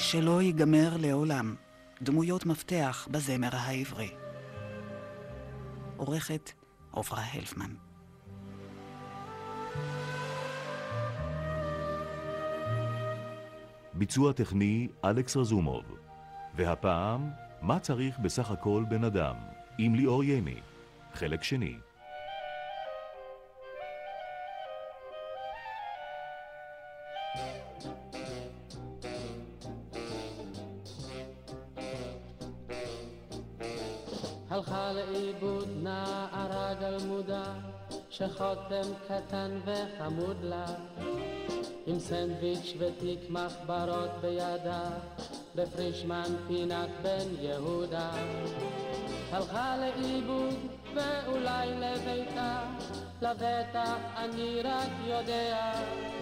שלא ייגמר לעולם, דמויות מפתח בזמר העברי. עורכת עופרה הלפמן. ביצוע טכני אלכס רזומוב. והפעם, מה צריך בסך הכל בן אדם? עם ליאור ייני. חלק שני. הלכה לאיבוד נערה גלמודה שחותם קטן וחמוד לה, עם סנדוויץ' ותיק מחברות בידה, בפרישמן פינת בן יהודה. הלכה לאיבוד ואולי לביתה, לבטח אני רק יודע.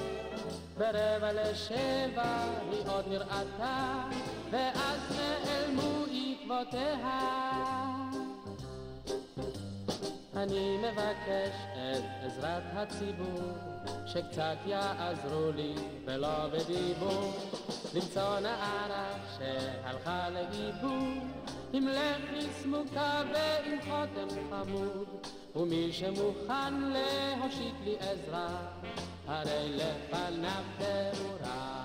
6:45 היא עוד נראתה, ואז נעלמו עקבותיה. אני מבקש את עזרת הציבור, שקצת יעזרו לי ולא בדיבור, למצוא נערה שהלכה לאיבוד, עם לחי סמוקה ועם חותם חמוד, ומי שמוכן להושיט לי עזרה, הרי לפניו תאורה.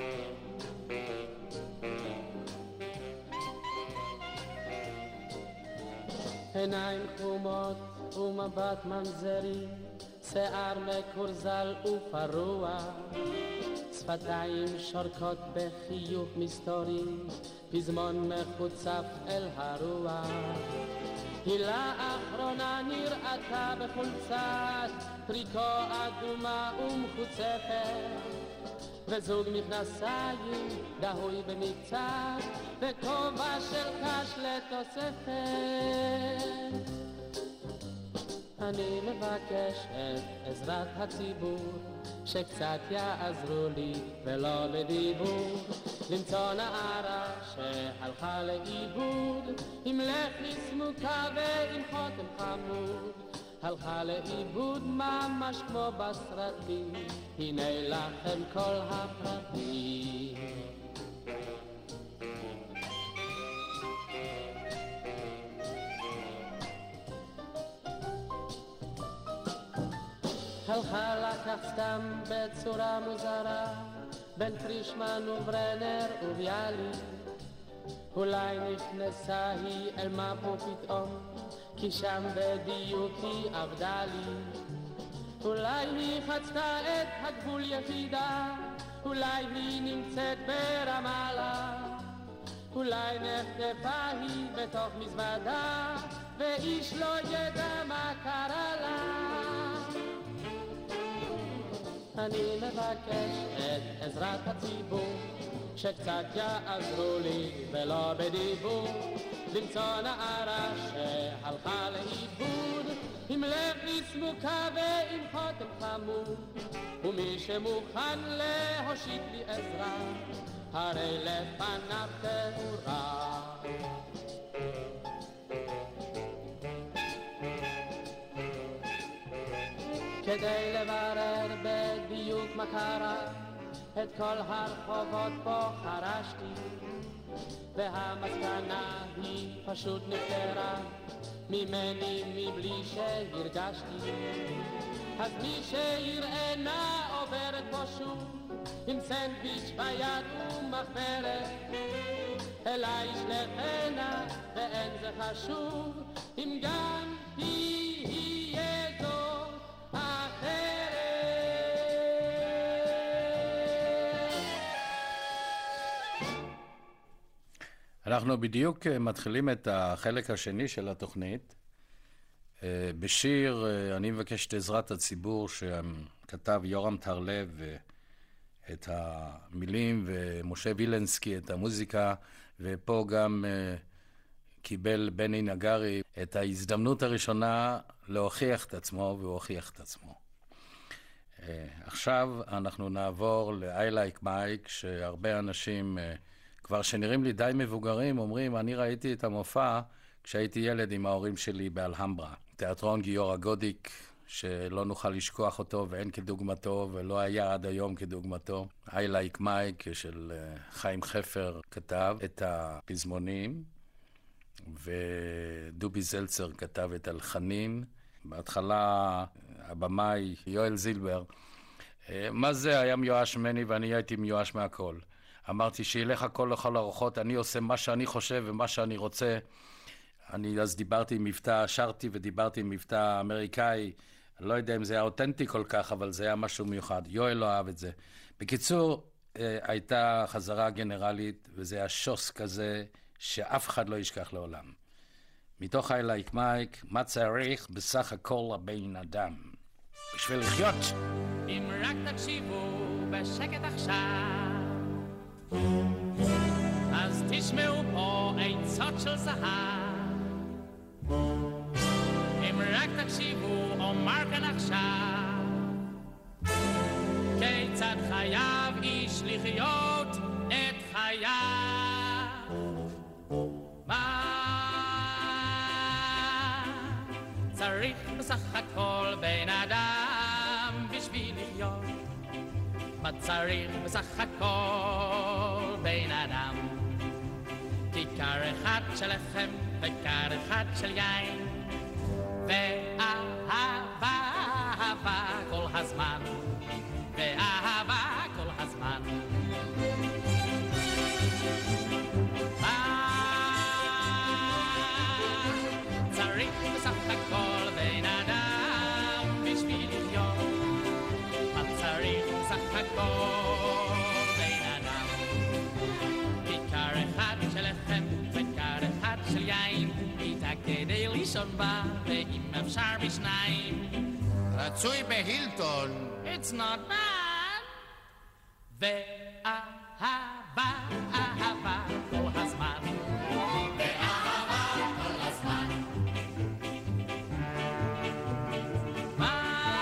עיניים חומות ומבט ממזרי, שיער מקורזל ופרוע, שפתיים שורקות בחיוך מסתורי, פזמון מחוצף אל הרוח. היא לאחרונה נראתה בחולצת טריקו אדומה ומחוצפת, וזוג מכנסיים דהוי במקצת, וכובע של קש לתוספת. אני מבקש את עזרת הציבור, שקצת יעזרו לי ולא בדיבור, למצוא נערה שהלכה לאיבוד, עם לחי סמוקה ועם חותם חמוד. הלכה לאיבוד ממש כמו בסרטים, הנה לכם כל הפרטים. הלכה לקח סתם בצורה מוזרה, בין פרישמן וברנר וביאלי. אולי נכנסה היא אל מפו פתאום, כי שם בדיוק היא עבדה לי. אולי היא חצתה את הגבול יחידה, אולי היא נמצאת ברמאללה, אולי נחטפה היא בתוך מזוודה, ואיש לא ידע מה קרה לה. אני מבקש את עזרת הציבור, שקצת יעזרו לי ולא בדיבור, למצוא נערה שהלכה לאיבוד, עם לחי סמוקה ועם חותם חמוד, ומי שמוכן להושיט לי עזרה, הרי לפניו תאורה. כדי לברר בדיוק מה קרה, את כל הרחובות פה חרשתי, והמסקנה היא פשוט נפטרה ממני מבלי שהרגשתי. אז מי שיראה נא עוברת פה שוב, עם סנדוויץ' ביד ומחברת, אליי ישלחנה ואין זה חשוב, אם גם יהיה זו אחרת. אנחנו בדיוק מתחילים את החלק השני של התוכנית, בשיר אני מבקש את עזרת הציבור, שכתב יורם טרלב את המילים, ומשה וילנסקי את המוזיקה, ופה גם קיבל בני נגרי את ההזדמנות הראשונה להוכיח את עצמו, והוא הוכיח את עצמו. עכשיו אנחנו נעבור ל-I Like Mike, שהרבה אנשים כבר שנראים לי די מבוגרים אומרים, אני ראיתי את המופע כשהייתי ילד עם ההורים שלי באלהמברה. תיאטרון גיורא גודיק שלא נוכל לשכוח אותו ואין כדוגמתו ולא היה עד היום כדוגמתו. I Like Mike של חיים חפר כתב את הפזמונים, ודובי זלצר כתב את הלחנים. בהתחלה הבמאי יואל זילבר, מה זה היה מיואש ממני ואני הייתי מיואש מהכל. אמרתי שילך הכל לכל הרוחות, אני עושה מה שאני חושב ומה שאני רוצה. אני אז דיברתי עם מבטא, שרתי ודיברתי עם מבטא אמריקאי, לא יודע אם זה היה אותנטי כל כך, אבל זה היה משהו מיוחד. יואל לא אהב את זה. בקיצור, הייתה חזרה גנרלית, וזה היה שוס כזה שאף אחד לא ישכח לעולם. מתוך I Like Mike, מה צריך בסך הכל הבן אדם? בשביל לחיות. אם רק תקשיבו בשקט עכשיו, אז תשמעו פה עצות של זהב. אם רק תקשיבו אומר כאן עכשיו, כיצד חייב איש לחיות את חייו. מה צריך בסך הכל בן אדם בשביל לחיות? מה צריך בסך הכל בן אדם? כיכר אחד של לחם וכר אחד של יין, ואהבה, אהבה כל הזמן, ואהבה כל הזמן. צריך בסך הכל בן אדם בשביל לחיות? מה צריך בסך הכל בן אדם? כיכר אחד של לחם וכר אחד של יין, מיטה כדי לישון בה, ואם אפשר בשניים, רצוי בהילטון. It's not bad. ואהבה, אהבה כל הזמן, ואהבה כל הזמן. מה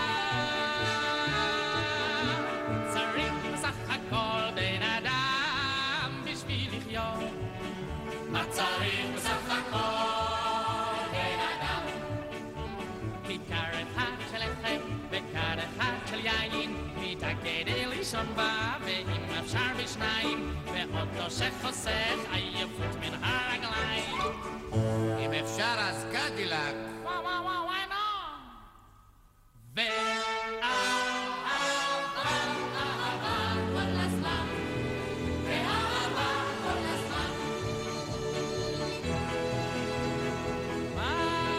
צריך בסך הכל בן אדם בשביל לחיות? מה צריך בסך הכל בן אדם? כיכר אחד של לחם וכר אחד של יין, מיטה כדי לישון בה, ואם אפשר בשניים, ואוטו שחוסך עייפות מן הרגליים. אם אפשר אז קדילק. וואו וואו וואו, why not? ואהבה, אהבה כל הזמן, ואהבה כל הזמן. מה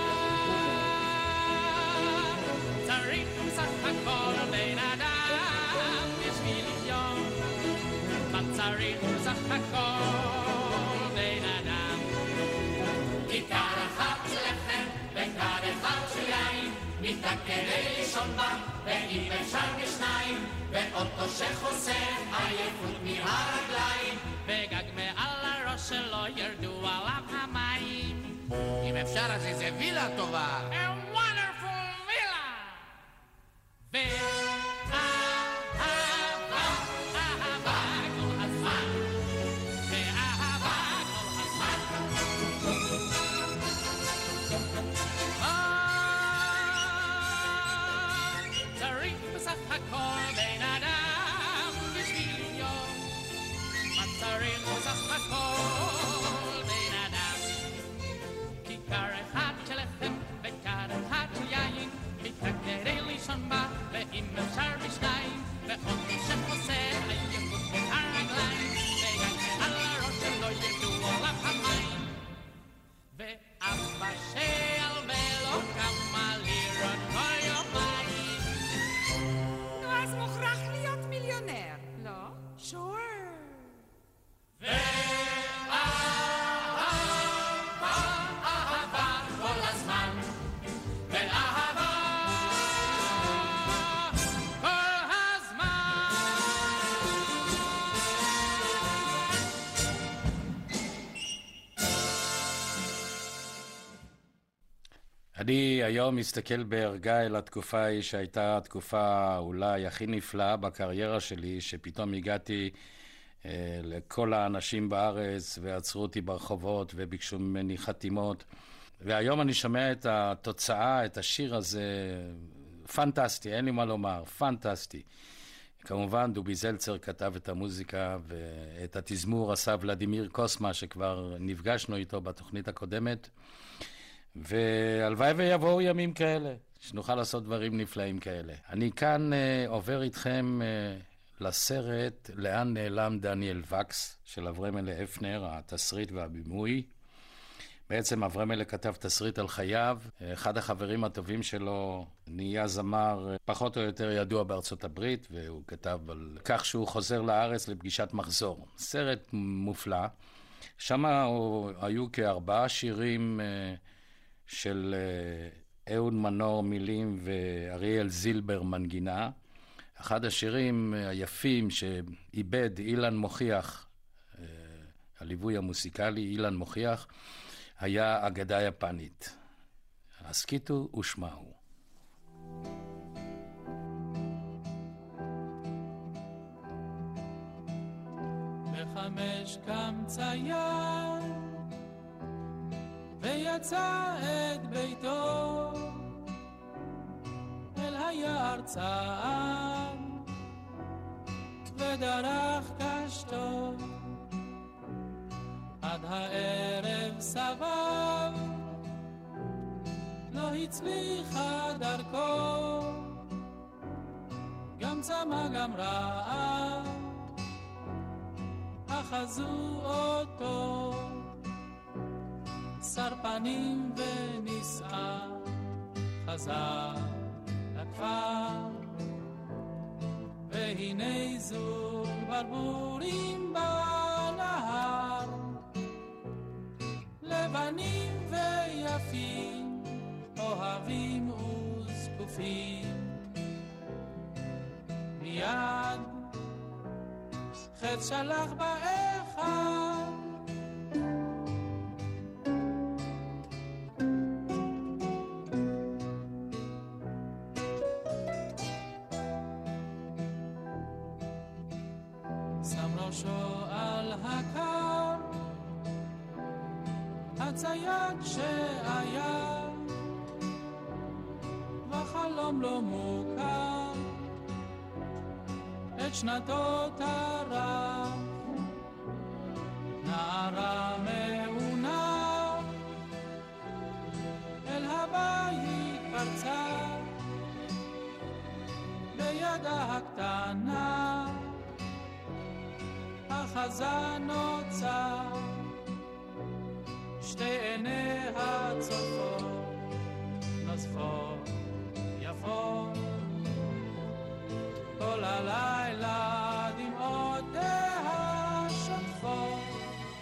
צריך בסך הכל בן אדם בשביל לחיות? מה צריך בסך הכל בן אדם? כיכר אחת של לחם וכר אחד של יין, מיטה כדי לישון בה, ואם אפשר בשניים, ואוטו שחוסך עייפות מהרגליים, וגג מעל הראש שלו ירדו עליו המים. אם אפשר אז איזה וילה טובה. A wonderful villa. ואהבה, אהבה כל הזמן, ואהבה כל הזמן. צריך בסך הכל בן אדם בשביל לחיות? מה צריך בסך הכל בן אדם? כיכר אחד של לחם וכר אחד של יין, מיטה כדי לישון בה, ואם אפשר בשניים, ואוטו שחוסך עייפות מן הרגליים, וגג מעל הראש שלו ירדו עליו המים, ואבא שירבה לו כמה לירות כל יומיים. נו, אז מוכרח להיות מיליונר, לא? שור. ואהבה כל הזמן, ואהבה כל אני היום מסתכל בערגה אל התקופה ההיא שהייתה התקופה אולי הכי נפלאה בקריירה שלי, שפתאום הגעתי לכל האנשים בארץ ועצרו אותי ברחובות וביקשו ממני חתימות. והיום אני שומע את התוצאה, את השיר הזה, פנטסטי, אין לי מה לומר, פנטסטי. כמובן, דובי זלצר כתב את המוזיקה, ואת התזמור עשה ולדימיר קוסמה, שכבר נפגשנו איתו בתוכנית הקודמת, והלוואי ויבואו ימים כאלה, שנוכל לעשות דברים נפלאים כאלה. אני כאן עובר איתכם לסרט לאן נעלם דניאל וקס, של אברמלה אפנר, התסריט והבימוי. בעצם אברמלה כתב תסריט על חייו, אחד החברים הטובים שלו נהיה זמר פחות או יותר ידוע בארצות הברית, והוא כתב על כך שהוא חוזר לארץ לפגישת מחזור. סרט מופלא, שם היו כ4 שירים של אהוד מנור מילים ואריאל זילבר מנגינה. אחד השירים היפים שאיבד אילן מוכיח, הליווי המוסיקלי אילן מוכיח, היה אגדה יפנית. הסכיתו ושמעו. ב5 קם צייר ויצא את ביתו אל היער צעד ודרך קשתו עד הערב סבב לא הצליחה דרכו גם צמא גם רעב אחזו אותו שר פנים ונישא חזר לכפר והנה זוג ברבורים בנהר לבנים ויפים אוהבים וזקופים מיד חץ שלח באחד שם ראשו על הקר הצייד שהיה וחלום לא מוכר את שנתו טרף נערה מעונה אל הבית פרצה בידה הקטנה אחזה נוצה שתי עיניה צופות נוספות יפות כל הלילה דמעותיה שוטפות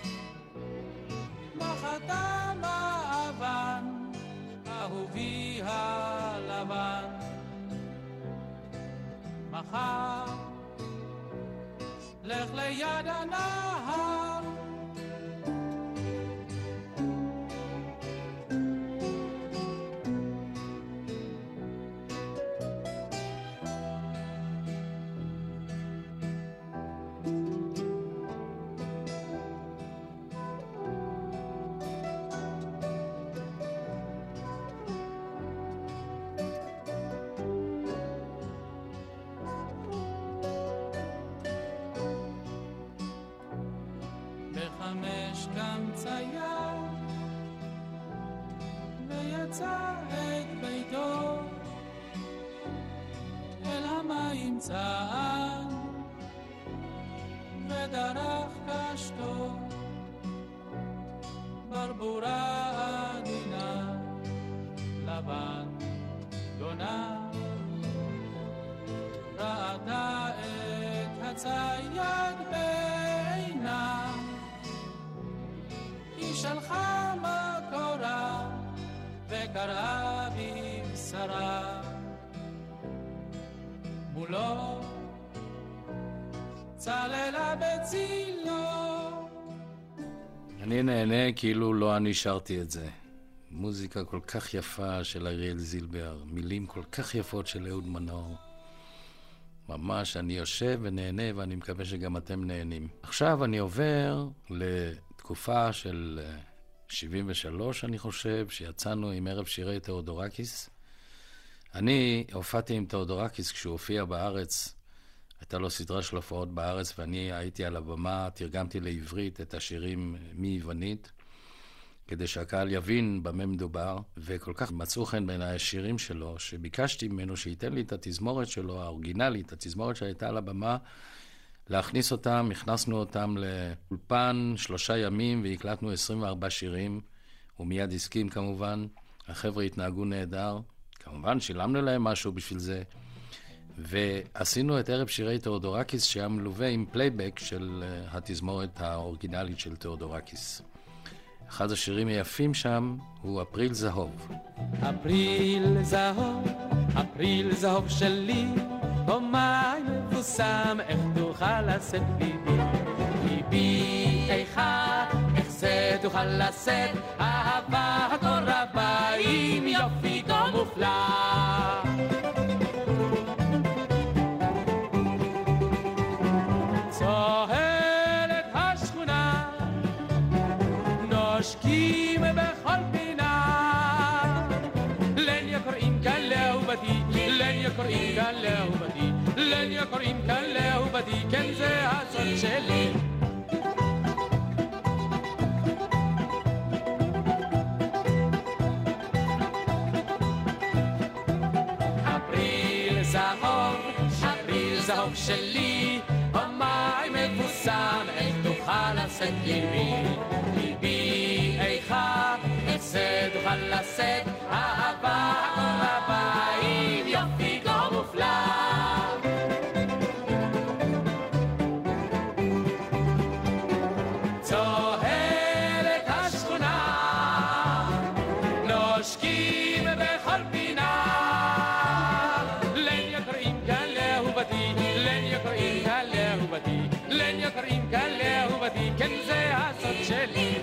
בחתם האבן אהובי הלבן מחר לך ליד הנהר ב5 קם צייר ויצא את ביתו אל המים צעד ודרך קשתו ברבורה עדינה לבן גונה ראתה את הצייד בעינה היא שלחה מקורה וקראה בבשרה מולו צללה בצילו. אני נהנה כאילו לא אני שרתי את זה. מוזיקה כל כך יפה של אריאל זילבר, מילים כל כך יפות של אהוד מנור. ממש, אני יושב ונהנה ואני מקווה שגם אתם נהנים. עכשיו אני עובר לתקופה של 73, אני חושב, שיצאנו עם ערב שירי תיאודורקיס. אני הופעתי עם תיאודורקיס כשהוא הופיע בארץ, הייתה לו סדרה של הופעות בארץ, ואני הייתי על הבמה, תרגמתי לעברית את השירים מיוונית, כדי שהקהל יבין במה מדובר, וכל כך מצאו חן בין השירים שלו, שביקשתי ממנו שייתן לי את התזמורת שלו, האורגינלית, התזמורת שהייתה על הבמה, להכניס אותם, הכנסנו אותם לאולפן 3 ימים, והקלטנו 24 שירים, הוא מיד הסכים כמובן, החבר'ה התנהגו נהדר, כמובן שילמנו להם משהו בשביל זה, ועשינו את ערב שירי תיאודורקיס, שהיה מלווה עם פלייבק של התזמורת האורגינלית של תיאודורקיס. אחד השירים היפים שם הוא אפריל זהוב. אפריל זהוב שלי, במים מבוסם, איך תוכל לשאת ליבי? ליבי איכה, איך זה תוכל לשאת? אהבה הכל רבה, עם יופי כה מופלא. צוהלת השכונה, נושקים בכל פינה, לניה קוראים כאן לאהובתי, לניה קוראים כאן לאהובתי, לניה קוראים כאן לאהובתי, כן זה הסוד שלי. אפריל זהוב שלי, במים מבוסם, איך תוכל לשאת ליבי? ליבי איכה, איך זה תוכל לשאת? אהבה הכל רבה, עם יופי כה מופלא. צוהלת השכונה, נושקים בכל פינה, לניה קוראים כאן לאהובתי, לניה קוראים כאן לאהובתי, לניה קוראים כאן לאהובתי, כן זה הסוד שלי.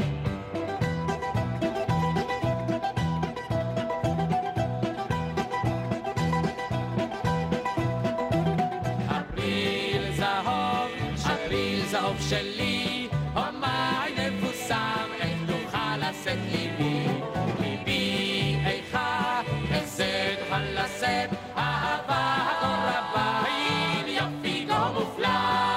אפריל זהוב שלי, המים מבוסם, איך תוכל לשאת ליבי? ליבי איכה, איך זה תוכל לשאת? אהבה הכל רבה, עם יופי כה מופלא.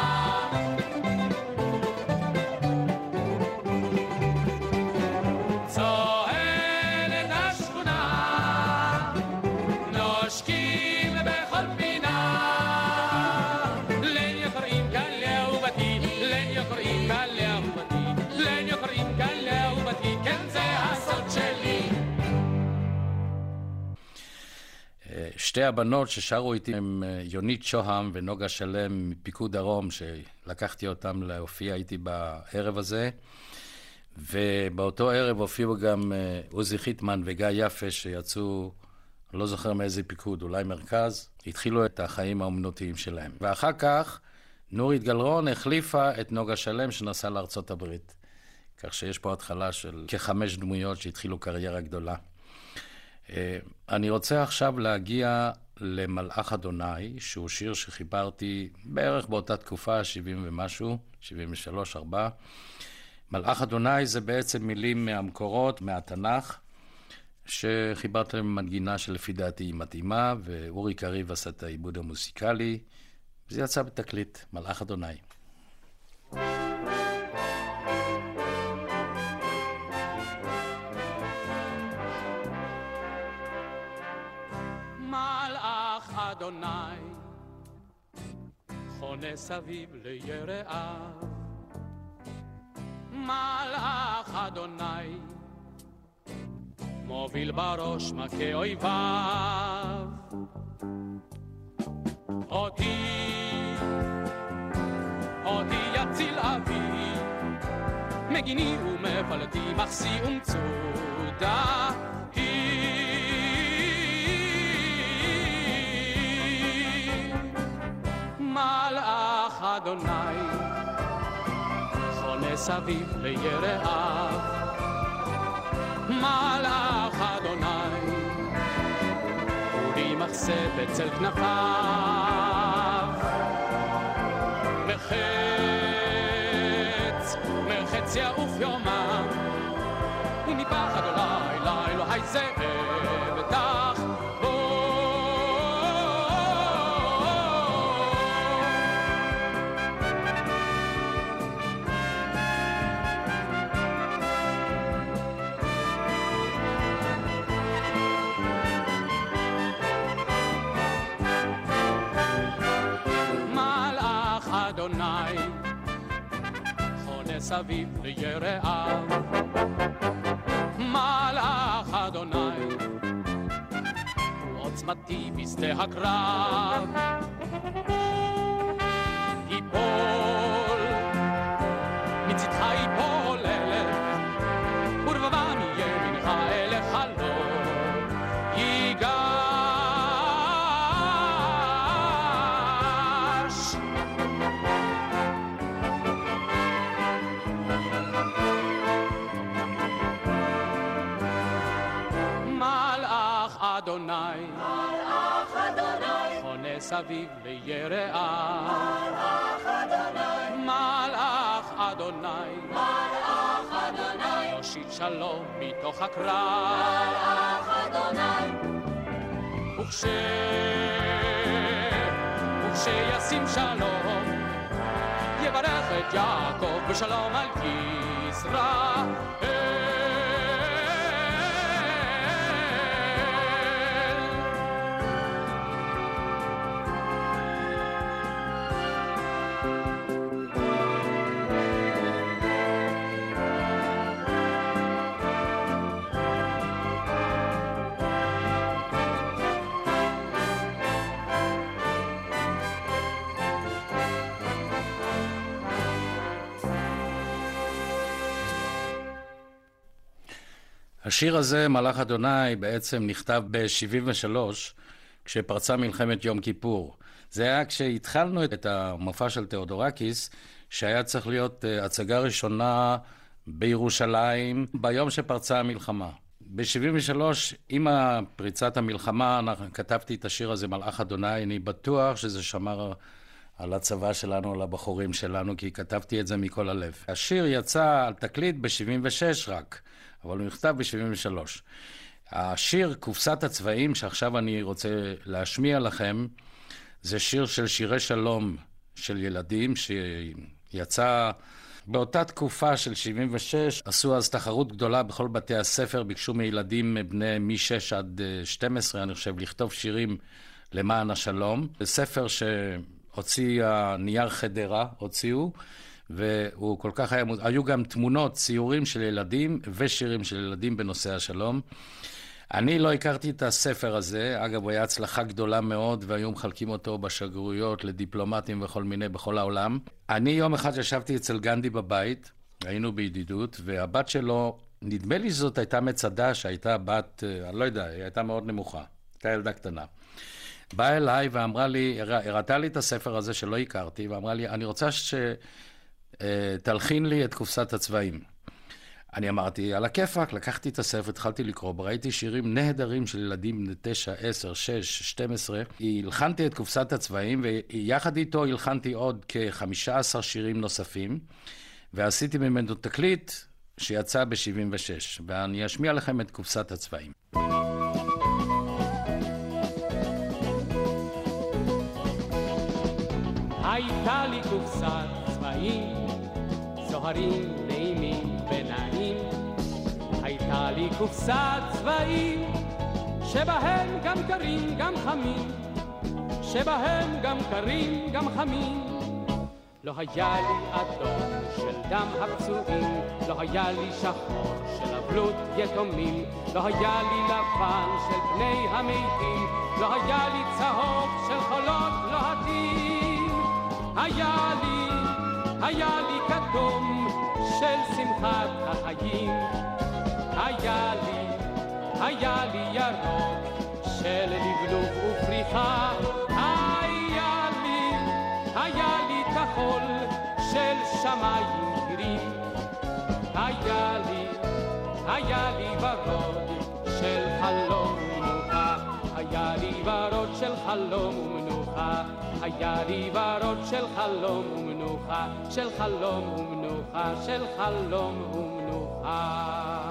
צוהלת השכונה, נושקים בכל פינה, לניה קוראים כאן לאהובתי, לניה קוראים כאן לאהובתי, לניה קוראים כאן לאהובתי, כן זה הסוד שלי. שתי הבנות ששרו איתי הם יונית שוהם ונוגה שלם מפיקוד דרום, שלקחתי אותם להופיע איתי בערב הזה, ובאותו ערב הופיעו גם עוזי חיטמן וגיא יפה שיצאו, לא זוכר מאיזה פיקוד, אולי מרכז, התחילו את החיים האומנותיים שלהם. ואחר כך נורית גלרון החליפה את נוגה שלם שנסעה לארצות הברית, כך שיש פה התחלה של כ5 דמויות שהתחילו קריירה גדולה. אני רוצה עכשיו להגיע למלאך אדוני, שהוא שיר שחיברתי בערך באותה תקופה, 70 ומשהו, 73, 4. מלאך אדוני זה בעצם מילים מהמקורות, מהתנ"ך, שחיברתי להם מנגינה שלפי דעתי היא מתאימה, ואורי קריב עשה את העיבוד המוסיקלי, וזה יצא בתקליט, מלאך אדוני. מלאך אדוני חונה סביב ליראיו, מלאך אדוני מוביל בראש מכה אויביו. אותי יציל אבי, מגיני ומפלתי, מחסי ומצודה. מלאך אדוני חונה סביב ליראיו, מלאך אדוני ולי מחסה בצל כנפיו. מחץ יעוף יומם, ומפחד אולי לאלוהי זה אבטח בו. סביב ליראה. מלאך אדוני עוצמתי בשדה הקרב, ייפול מצדך ייפול אלה, ורבבה מימינך אליך לא ייגש. מלאך אדוני חונה סביב ליראה. מלאך אדוני יושיט שלום מתוך הקרב. וכשישים שלום יברך את יעקב בשלום על ישראל. השיר הזה, מלאך אדוני, בעצם נכתב ב-73, כשפרצה מלחמת יום כיפור. זה היה כשהתחלנו את המופע של תיאודורקיס, שהיה צריך להיות הצגה ראשונה בירושלים, ביום שפרצה המלחמה. ב-73, עם פריצת המלחמה, כתבתי את השיר הזה, מלאך אדוני. אני בטוח שזה שמר על הצבא שלנו, על הבחורים שלנו, כי כתבתי את זה מכל הלב. השיר יצא על תקליט ב-76 רק, אבל הוא נכתב ב-73. השיר קופסת הצבעים שעכשיו אני רוצה להשמיע לכם, זה שיר של שירי שלום של ילדים שיצא באותה תקופה של 76. עשו אז תחרות גדולה בכל בתי הספר, ביקשו מילדים בני מ-6 עד 12, אני חושב, לכתוב שירים למען השלום. זה ספר שהוציא נייר חדרה, הוציאו, והוא כל כך היה, היו גם תמונות, ציורים של ילדים ושירים של ילדים בנושא השלום. אני לא הכרתי את הספר הזה, אגב הוא היה הצלחה גדולה מאוד, והיו מחלקים אותו בשגרירויות לדיפלומטים וכל מיני בכל העולם. אני יום אחד ישבתי אצל גנדי בבית, היינו בידידות, והבת שלו, נדמה לי שזאת הייתה מצדה שהייתה בת, אני לא יודע, היא הייתה מאוד נמוכה, הייתה ילדה קטנה. באה אליי ואמרה לי, הראתה לי את הספר הזה שלא הכרתי, ואמרה לי, אני רוצה תלחין לי את קופסת הצבעים. אני אמרתי, על הכיפק, לקחתי את הספר, התחלתי לקרוא, ראיתי שירים נהדרים של ילדים בני 9, 10, 6, 12. הלחנתי את קופסת הצבעים, ויחד איתו הלחנתי עוד כ-15 שירים נוספים, ועשיתי ממנו תקליט שיצא ב-76, ואני אשמיע לכם את קופסת הצבעים. הייתה לי קופסת צבעים, זוהרים נעימים ונעים. הייתה לי קופסת צבעים, שבהם גם קרים גם חמים, שבהם גם קרים גם חמים. לא היה לי אדום של דם הפצועים, לא היה לי שחור של אבלות יתומים, לא היה לי לבן של פני המתים, לא היה לי צהוב של חולות לוהטים. היה לי כתום של שמחת החיים, היה לי ירוק של לבלוב ופריחה, היה לי כחול של שמיים גרים, היה לי ורוד של חלום ומנוחה, היה לי ורוד של חלום ומנוחה, היה לי ורוד של חלום ומנוחה, של חלום ומנוחה, של חלום ומנוחה.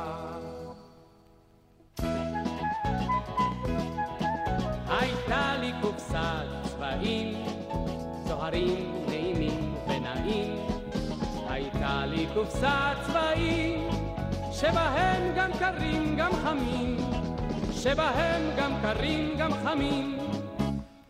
הייתה לי קופסת צבעים, זוהרים נעימים ונעים. הייתה לי קופסת צבעים, שבהם גם קרים גם חמים, שבהם גם קרים גם חמים.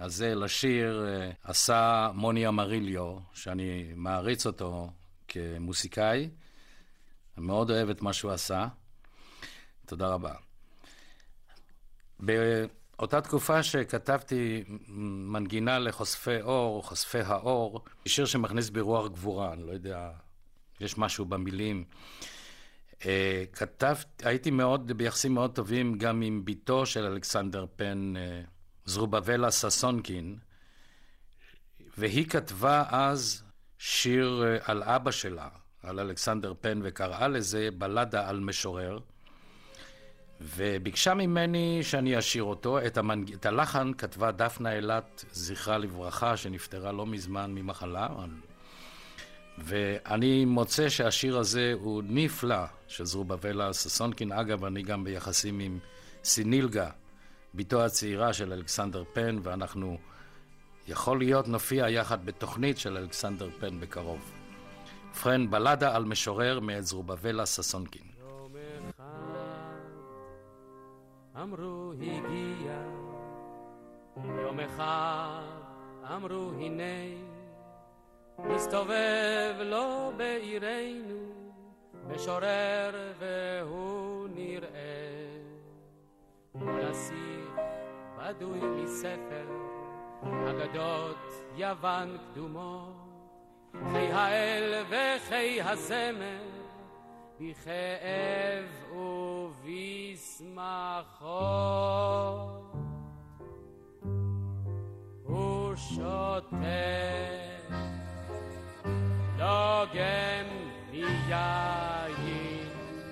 הזה לשיר עשה מוני אמריליו, שאני מעריץ אותו כמוסיקאי. אני מאוד אוהב את מה שהוא עשה. תודה רבה. באותה תקופה שכתבתי מנגינה לחושפי אור, חושפי האור, שיר שמכניס ברוח גבורה, אני לא יודע, יש משהו במילים. הייתי ביחסים מאוד טובים גם עם ביתו של אלכסנדר פן, זרובבלה ססונקין, והיא כתבה אז שיר על אבא שלה, על אלכסנדר פן, וקראה לזה בלדה על משורר, וביקשה ממני שאני אשיר אותו. את הלחן כתבה דפנה אילת, זכרה לברכה, שנפטרה לא מזמן ממחלה, ואני מוצא שהשיר הזה הוא נפלא, של זרובבלה ססונקין. אגב, אני גם ביחסים עם סינילגה, ביתו הצעירה של אלכסנדר פן, ואנחנו יכול להיות נופיע יחד בתוכנית של אלכסנדר פן בקרוב. ובכן, בלדה על משורר מאת זרובבלה ססונקין. יום אחד אמרו הגיע, יום אחד אמרו הנה, מסתובב לו בעירנו משורר והוא נראה כמו נסיך בדוי מספר אגדות יוון קדומות, חי האל וחי הזמר בכאב ובשמחות. הוא שותה לוגם מיין,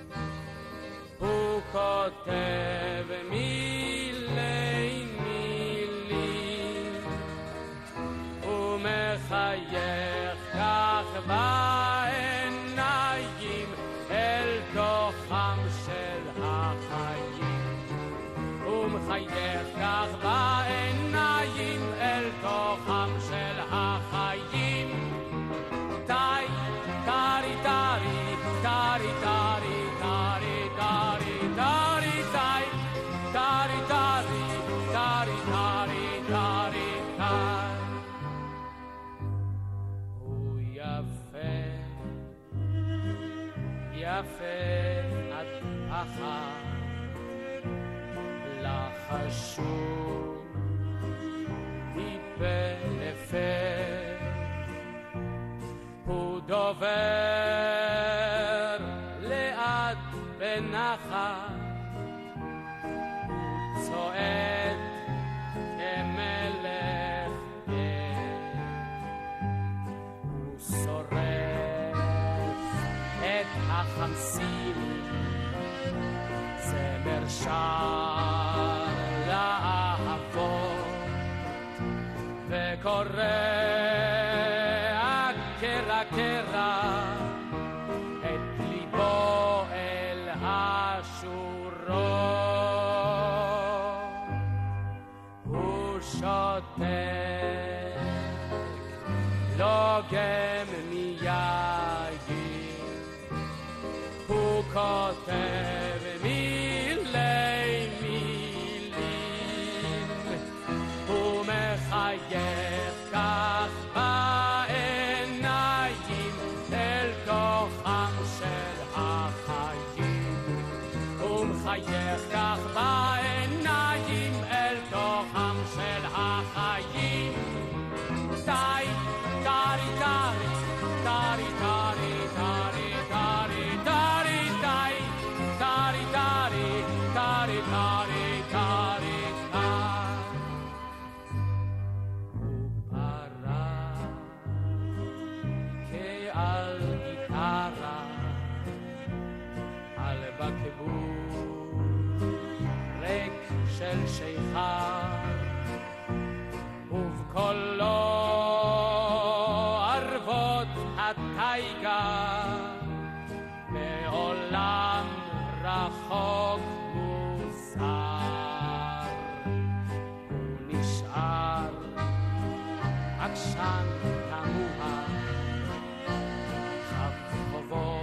הוא כותב מילי מילים, הוא מחייך כך בעיניים אל תוכם של החיים, הוא מחייך כך בעיניים אל תוכם של החיים. טאי, טארי טארי, טארי טארי, טארי טארי, טארי טאי, טארי טארי, טארי טארי, טארי טאי. הוא יפה, יפה עד אחת, לחשוב מפה לפה, הוא דובר לאט בנחת, הוא צועד כמלך גר, הוא שורף את החמסים, זמר שר לאהבות וקורא קרע קרע את ליבו אל השורות, הוא שותק לוגם מיין, הוא כותב מילי מילים, הוא מחייך כך בעיניים אל תוכם של החיים, הוא מחייך כך בעיניים אל תוכם של החיים. טאי, טארי טארי, טארי טארי, טארי טארי, טארי טאי, טארי טארי, טארי טארי, טארי טאי. הוא פרח כעל גיטרה על בקבוק ריק של שיכר, ובקולו ערבות הטייגה מעולם רחוק מוסר, הוא נשאר עקשן תמוה, חב חובו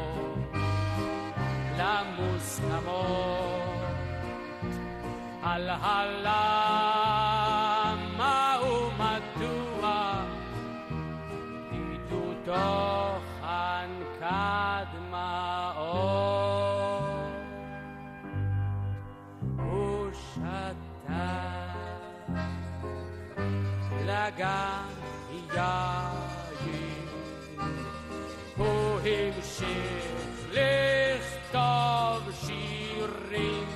למוסכמות על הלמה הוא נגן יין. הוא המשיך לכתוב שירים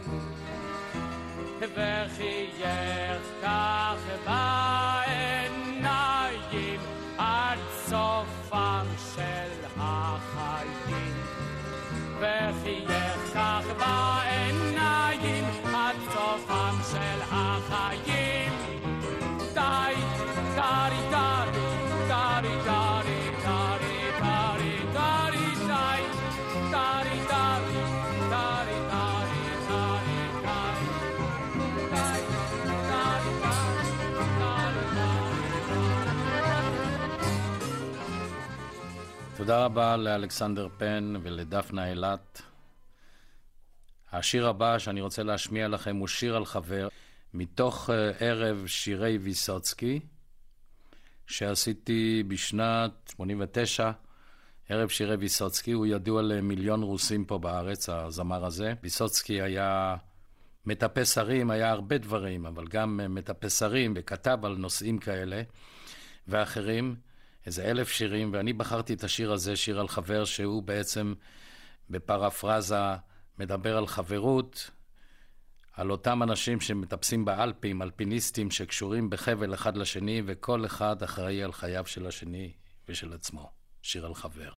וחייך כך בעיניים עד סופם של החיים. וחייך כך בעיניים עד סופם של החיים. די, דרי דרי, דרי דרי, דרי דרי, דרי די, דרי דרי, דרי דרי, דרי די, די, דרי דרי. תודה רבה לאלכסנדר פן ולדפנה אילת. השיר הבא שאני רוצה להשמיע לכם הוא שיר על חבר, מתוך ערב שירי ויסוצקי, שעשיתי בשנת 89, ערב שירי ויסוצקי. הוא ידוע למיליון רוסים פה בארץ, הזמר הזה. ויסוצקי היה מטפס הרים, היה הרבה דברים, אבל גם מטפס הרים, וכתב על נושאים כאלה ואחרים, איזה 1,000 שירים, ואני בחרתי את השיר הזה, שיר על חבר, שהוא בעצם בפרפרזה מדבר על חברות, על אותם אנשים שמטפסים באלפים, אלפיניסטים שקשורים בחבל אחד לשני, וכל אחד אחראי על חייו של השני ושל עצמו. שיר על חבר.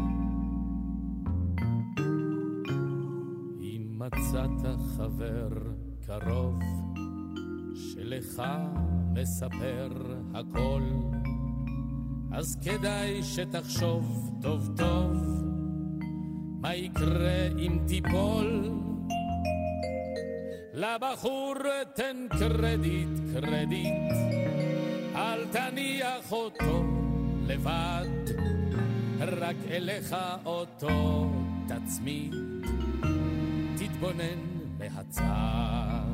אם מצאת חבר קרוב שלך מספר הכל, אז כדאי שתחשוב טוב טוב מה יקרה אם תיפול. לבחור תן קרדיט, קרדיט, אל תניח אותו לבד, רק אליך אותו תצמיד, תתבונן מהצד.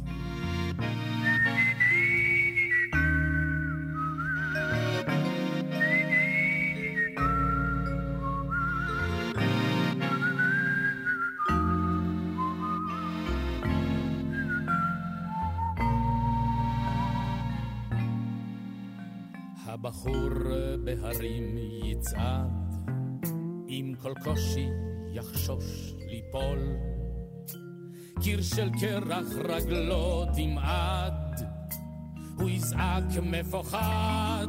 הבחור בהרים יצעד, עם כל קושי יחשוש ליפול, קיר של קרח רגלו תמעד, הוא יזעק מפוחד.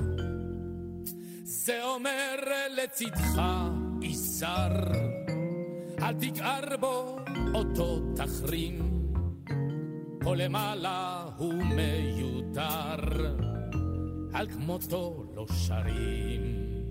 זה אומר לצדך איסר, אל תגער בו אותו תחרים, פה למעלה הוא מיותר, על כמותו לא שרים.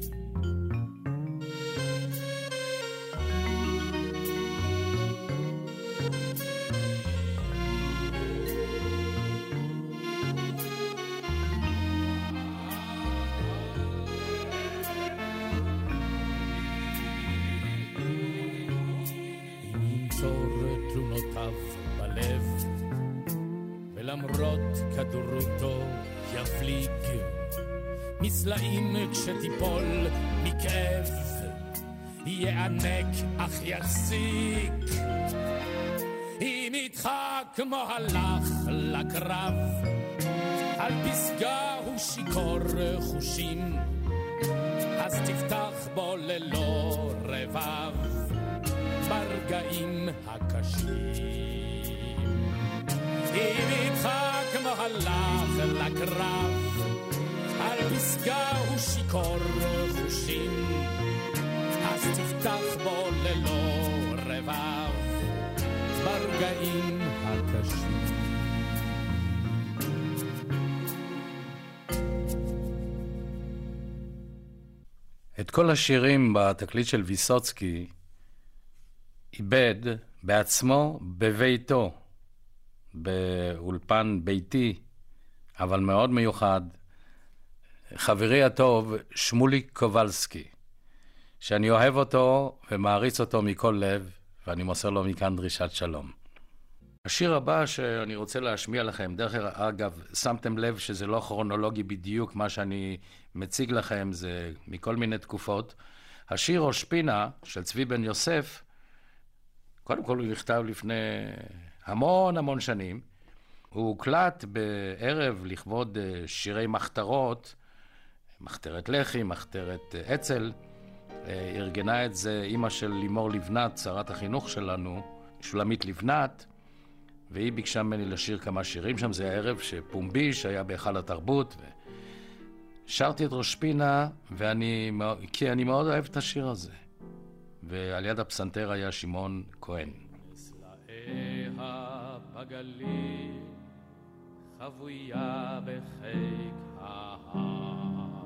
אם ינצור תלונותיו בלב, ולמרות כדורותו יפליג מסלעים כשתיפול מכאב, יענק אך יחזיק. אם איתך כמו הלך לקרב, על פסגה הוא שיקור חושים, אז תפתח בו ללא רבב ברגעים הקשים. אם איתך כמו הלך לקרב, על פסגה הוא שיקור חושים, אז תפתח בו ללא רבב ברגעים הקשים. את כל השירים בתקליט של ויסוצקי איבד בעצמו בביתו, באולפן ביתי, אבל מאוד מיוחד, חברי הטוב שמוליק קובלסקי, שאני אוהב אותו ומעריץ אותו מכל לב, ואני מוסר לו מכאן דרישת שלום. השיר הבא שאני רוצה להשמיע לכם, דרך אגב, שמתם לב שזה לא כרונולוגי בדיוק מה שאני מציג לכם, זה מכל מיני תקופות. השיר ראש פינה של צבי בן יוסף, קודם כל הוא נכתב לפני המון שנים, הוא הוקלט בערב לכבוד שירי מחתרות, מחתרת לחי, מחתרת אצ"ל. ארגנה את זה אמא של לימור לבנת, שרת החינוך שלנו, שולמית לבנת, והיא ביקשה ממני לשיר כמה שירים שם. זה הערב שפומבי, שהיה בהיכל התרבות, ושרתי את ראש פינה, כי אני מאוד אוהב את השיר הזה. ועל יד הפסנתר היה שמעון כהן. סלעיה בגליל, חבויה בחיק ההר,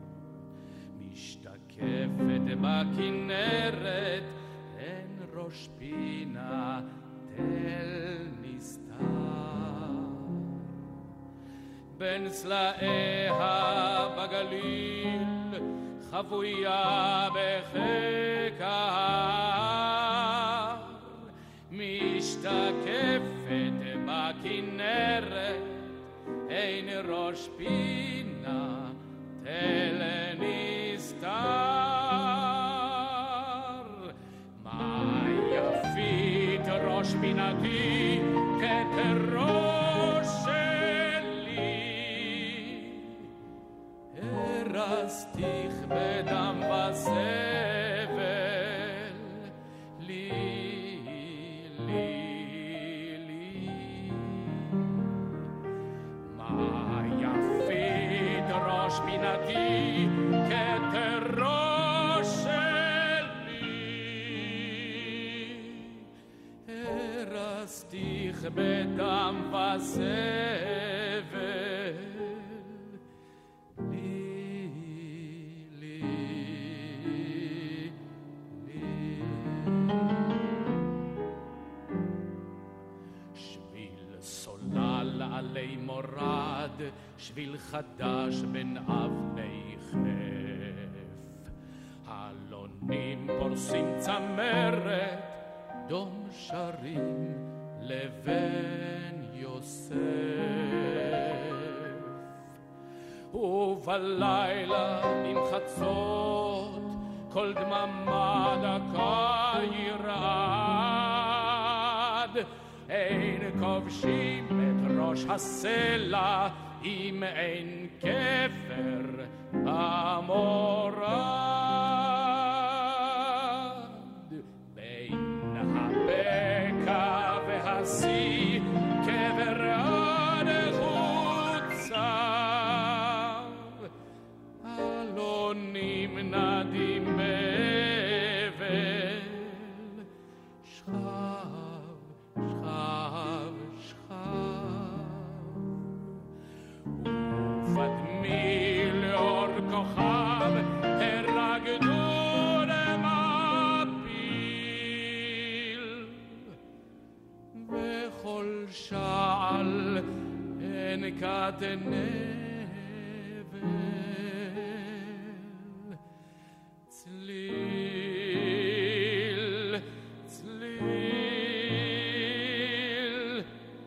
משתקפת בכנרת, אין ראש פינה תל נסתר. בין סלעיה בגליל, חבויה בחיק ההר, משתקפת בכנרת, אין ראש פינה תל נסתר. מה יפית ראש פינתי כתראש שלי, הרסתיך בדם וזבל, לי מה יפית ראש פינתי כתראש שלי, הרסתיך בדם וזבל, עלי מורד, שביל חדש בין אבני חף, הלונים פורסים צמרת, דום שרים לבן יוסף, ובלילה ממחצות כל דממה דקה ירעד, אין כובשים את ראש הסלע אם אין כפר המורד. בין הבקע והשיא קבר הנחוצה, אלונים נדים באבל, ופדמי לאור כוכב הרקדו למפיל, וכל שעל הנקת נבל, צליל צליל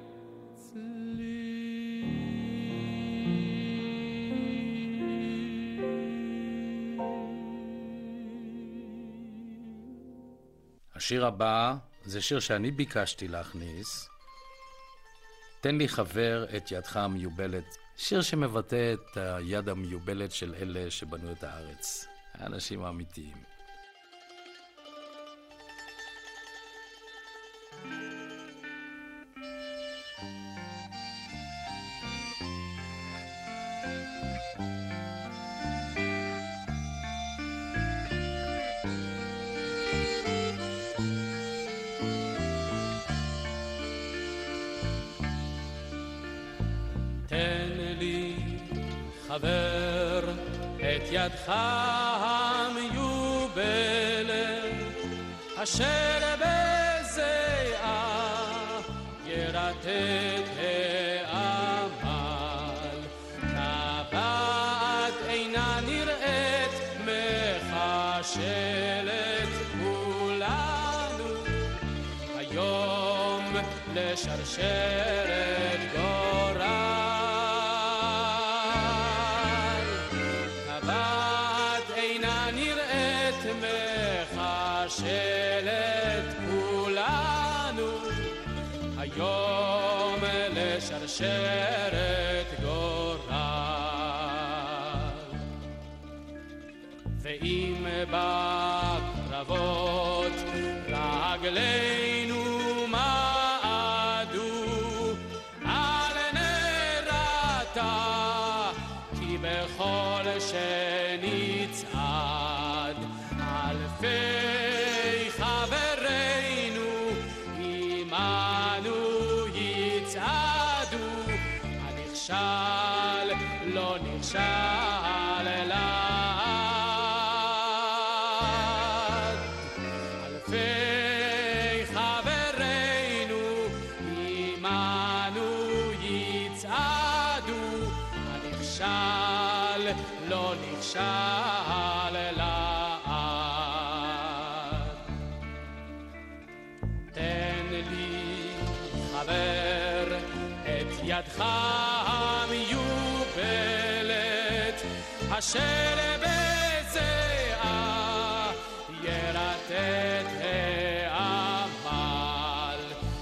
השיר הבא זה שיר שאני ביקשתי להכניס, תן לי חבר את ידך המיובלת, שיר שמבטא את היד המיובלת של אלה שבנו את הארץ, האנשים האמיתיים. חבר את ידך המיובלת אשר בזיעה ירטט העמל, טבעת אינה נראית מחשלת, כולנו היום לשרשרת גורל. שלט כולנו היום לשרשרת לשרשרת גורל. ואם בקרבות רגלינו מעדו על נרתה, כי בכל שנצעד אלפי חברינו עמנו יצעדו, הנכשל לא נכשל אלעד. אלפי חברינו עמנו יצעדו, הנכשל לא נכשל אלעד. תן לי חבר את ידך המיובלת, אשר בזיעה ירטט העמל.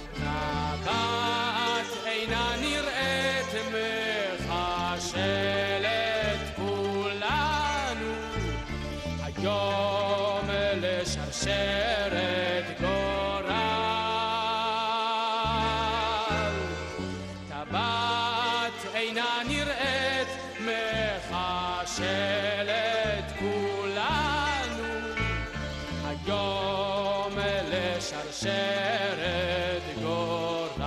טבעת אינה נראית מחשלת כולנו, היום לשרשרת גורל. טבעת אינה נראית מחשלת כולנו, היום לשרשרת גורל.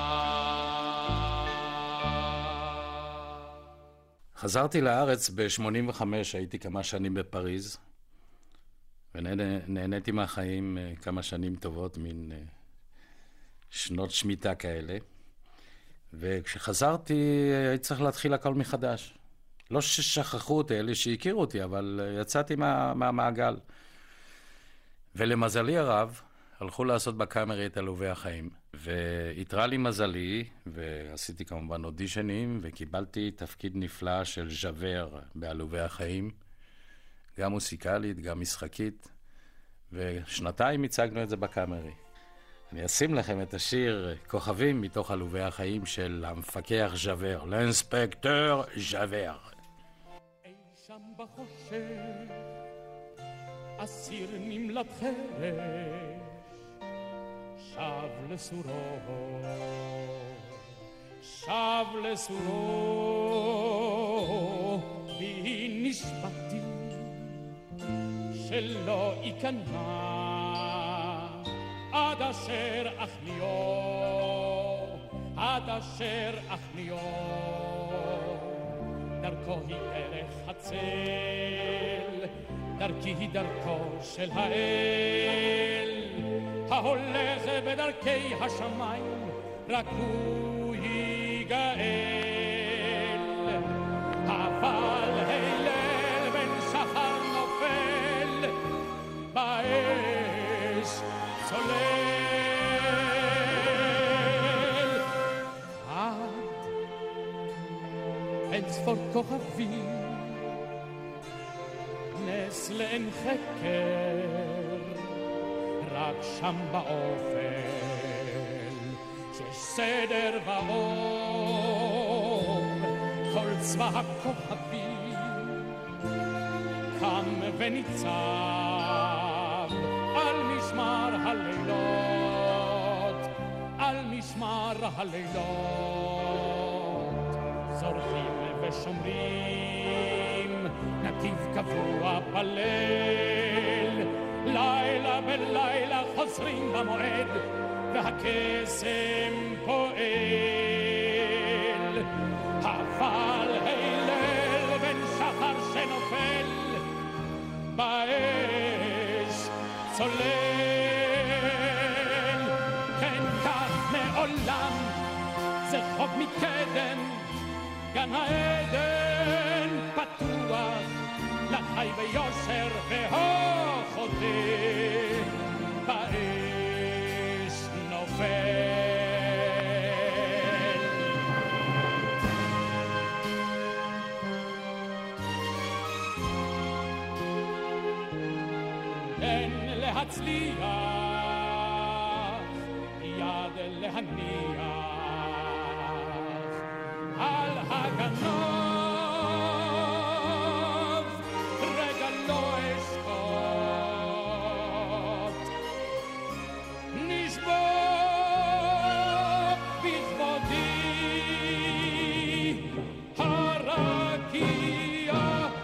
חזרתי לארץ ב-85, הייתי כמה שנים בפריז, ונהניתי מהחיים כמה שנים טובות, מין שנות שמיטה כאלה. וכשחזרתי הייתי צריך להתחיל הכל מחדש. לא ששכחו אותי, אלה שהכירו אותי, אבל יצאתי מהמעגל. ולמזלי הרב, הלכו לעשות בקאמרי את עלובי החיים. והתראה לי מזלי, ועשיתי כמובן אודישנים, וקיבלתי תפקיד נפלא של ז'אבר בעלובי החיים, גם מוסיקלית, גם משחקית, ושנתיים הצגנו את זה בקאמרי. אני אשים לכם את השיר כוכבים מתוך עלובי החיים של המפקח ז'אבר, לאינספקטור ז'אבר. אי שם בחושך, אסיר נמלט חרש, שב לסורו, שב לסורו, בי נשבעתי שלא ייכנע עד אשר אחניו, עד אשר אחניו. דרכו היא דרך הצל, דרכי היא דרכו של האל, ההולך בדרכי השמיים, רק הוא יגאל. אבל הלל בן שחר נופל, באש צולל. עד אין ספור כוכבים, נס לאין חקר, רק שם באופל שיש סדר ואור. כל צבא הכוכבים קם וניצב על משמר הלילות, על משמר הלילות. זורחים ושומרים נתיב קבוע בליל, לילה בלילה חוזרים במועד והקסם פועל. אבל הלל בן שחר שנופל, באש צולל. כן כך מעולם, זה חוק מקדם, גן העדן פתוח לחי ביושר והחוטא, באש נופל. אין להצליח, יד להניח, גנוב, רגע לא אשקוט, נשבור בכבודי הרקיע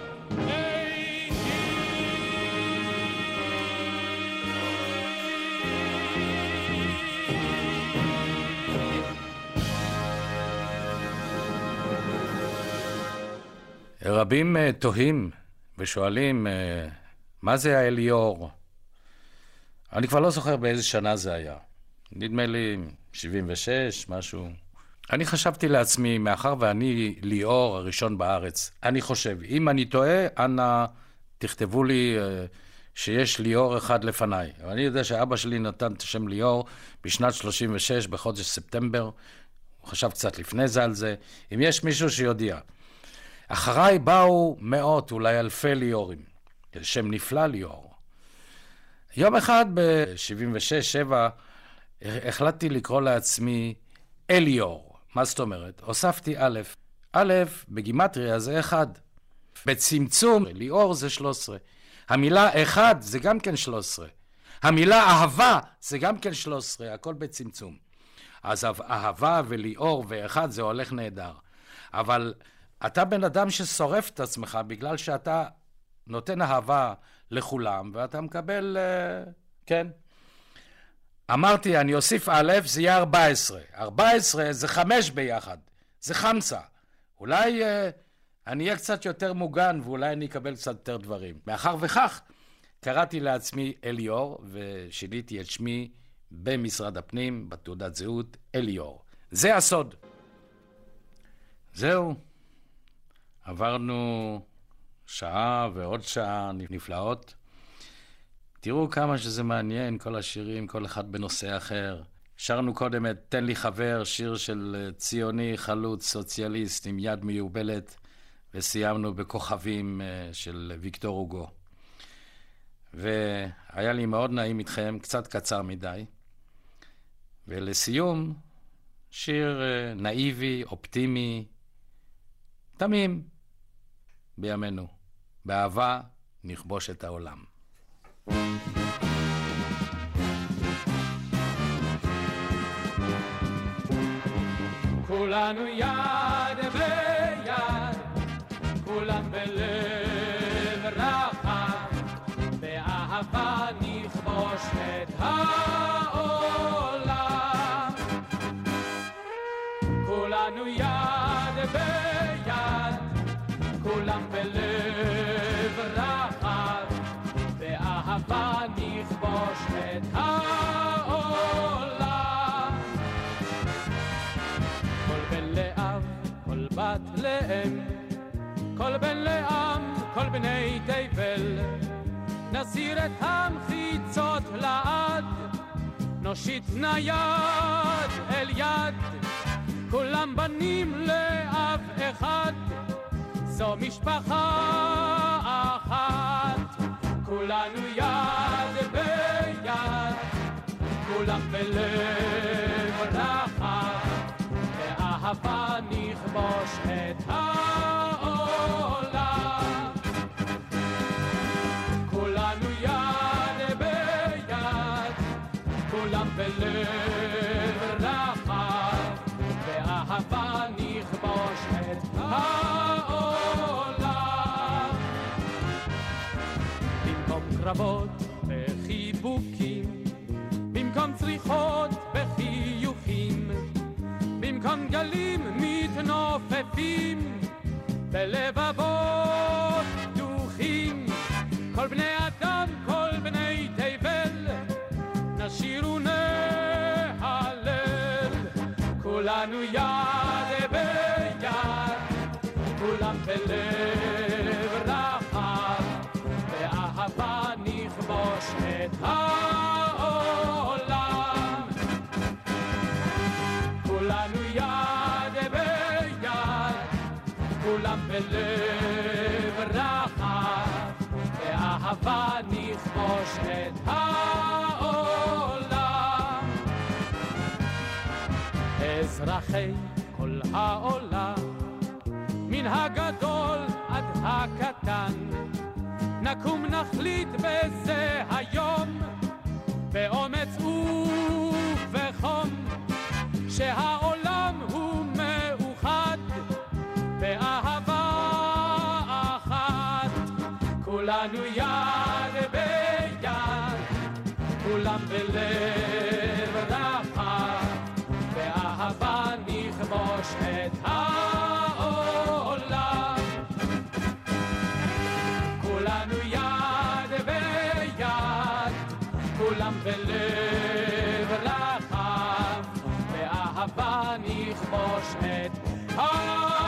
רבים תוהים ושואלים מה זה האליאור. אני כבר לא זוכר באיזה שנה זה היה. נדמה לי 76, משהו. אני חשבתי לעצמי, מאחר ואני ליאור הראשון בארץ, אני חושב, אם אני טועה, אנא תכתבו לי שיש ליאור אחד לפניי. אני יודע שאבא שלי נתן את השם ליאור בשנת 36, בחודש ספטמבר. הוא חשב קצת לפני זה על זה. אם יש מישהו שיודע. אחריי באו מאות, אולי אלפי ליאורים. שם נפלא ליאור. יום אחד ב-76-7 החלטתי לקרוא לעצמי אליאור. מה זאת אומרת? הוספתי א'. א' בגימטריה זה 1. בצמצום ליאור זה 13. המילה 1 זה גם כן 13. המילה אהבה זה גם כן 13. הכל בצמצום. אז אהבה וליאור ו1 זה הולך נהדר. אבל אתה בן אדם ששורף את עצמך בגלל שאתה נותן אהבה לכולם ואתה מקבל, כן. אמרתי, אני אוסיף א', זה יהיה 14. 14 זה 5 ביחד. זה חמסה. אולי אני אהיה קצת יותר מוגן ואולי אני אקבל קצת יותר דברים. מאחר וכך, קראתי לעצמי אליאור ושיניתי את שמי במשרד הפנים, בתעודת זהות, אליאור. זה הסוד. זהו. עברנו שעה ועוד שעה נפלאות. תראו כמה שזה מעניין, כל השירים, כל אחד בנושא אחר. שרנו קודם את תן לי חבר, שיר של ציוני, חלוץ, סוציאליסט עם יד מיובלת, וסיימנו בכוכבים של ויקטור הוגו. והיה לי מאוד נעים איתכם, קצת קצר מדי. ולסיום, שיר נאיבי, אופטימי, תמים בימינו. באהבה נכבוש את העולם. כולנו יד ביד, כולם בלב רחב, באהבה נכבוש את העולם. כולנו יד ביד, כולם בלב רחב, באהבה נכבוש את העולם. כל בן לאב, כל בת לאם, כל בן לעם, כל בני תבל, נסיר את המחיצות לעד, נושיט נייד אל יד, כולם בנים לאב אחד, זו משפחה אחת. כולנו יד ביד, כולם בלב רחב, באהבה נכבוש את העולם. כולנו יד ביד, כולם בלב רחב, באהבה נכבוש את העולם. במקום קרבות וחיבוקים, במקום צריכות וחיוכים, במקום גלים מתנופפים, בלבבות פתוחים, כל בני אדם, כל בני תבל, נשיר ונהלל. כולנו יד ביד, כולם בלב רחב, באהבה נכבוש את העולם. כולנו יד ביד, כולם בלב רחב, באהבה נכבוש את העולם. אזרחי כל העולם, מן הגדול עד הקטן, נקום נחליט בזה היום, באומץ ובחום, שהעולם הוא מאוחד באהבה אחת. כולנו יד ביד, כולם בלב רחב, באהבה נכבוש את העולם. כולנו יד ביד, כולם בלב רחב, באהבה נכבוש את העולם.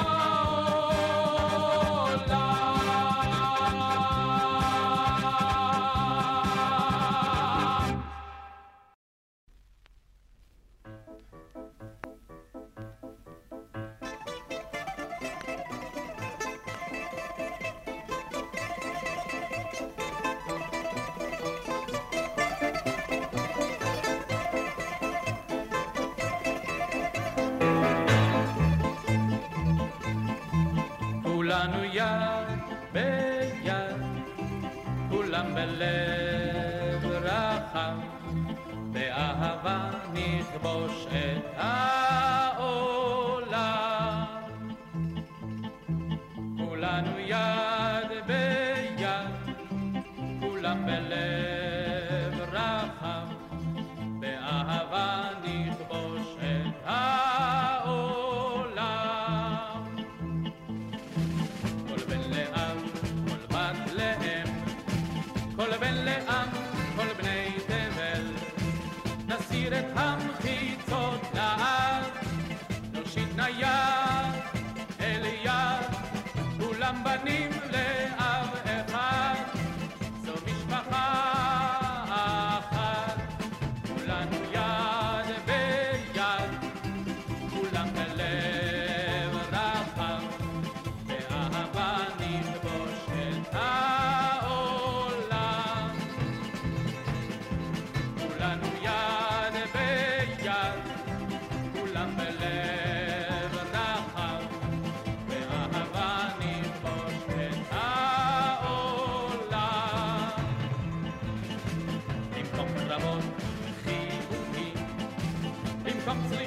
כולנו יד ביד, כולם בלב רחב, באהבה נכבוש את העולם. כולנו יד ביד, כולם בלב רחב, באהבה נכבוש את העולם. כל בן לעם, כל בת לאם, כל בן לעם, כל בני תבל, נסיר את המחיצות לעד, נושיט נא יד אל יד, כולם בנים לאב אחד, זו משפחה אחת. כולנו יד ביד, כולם בלב רחב, באהבה נכבוש את העולם. כולנו יד ביד, כולם בלב רחב, באהבה נכבוש את העולם. במקום קרבות חיבוקים, במקום צלילים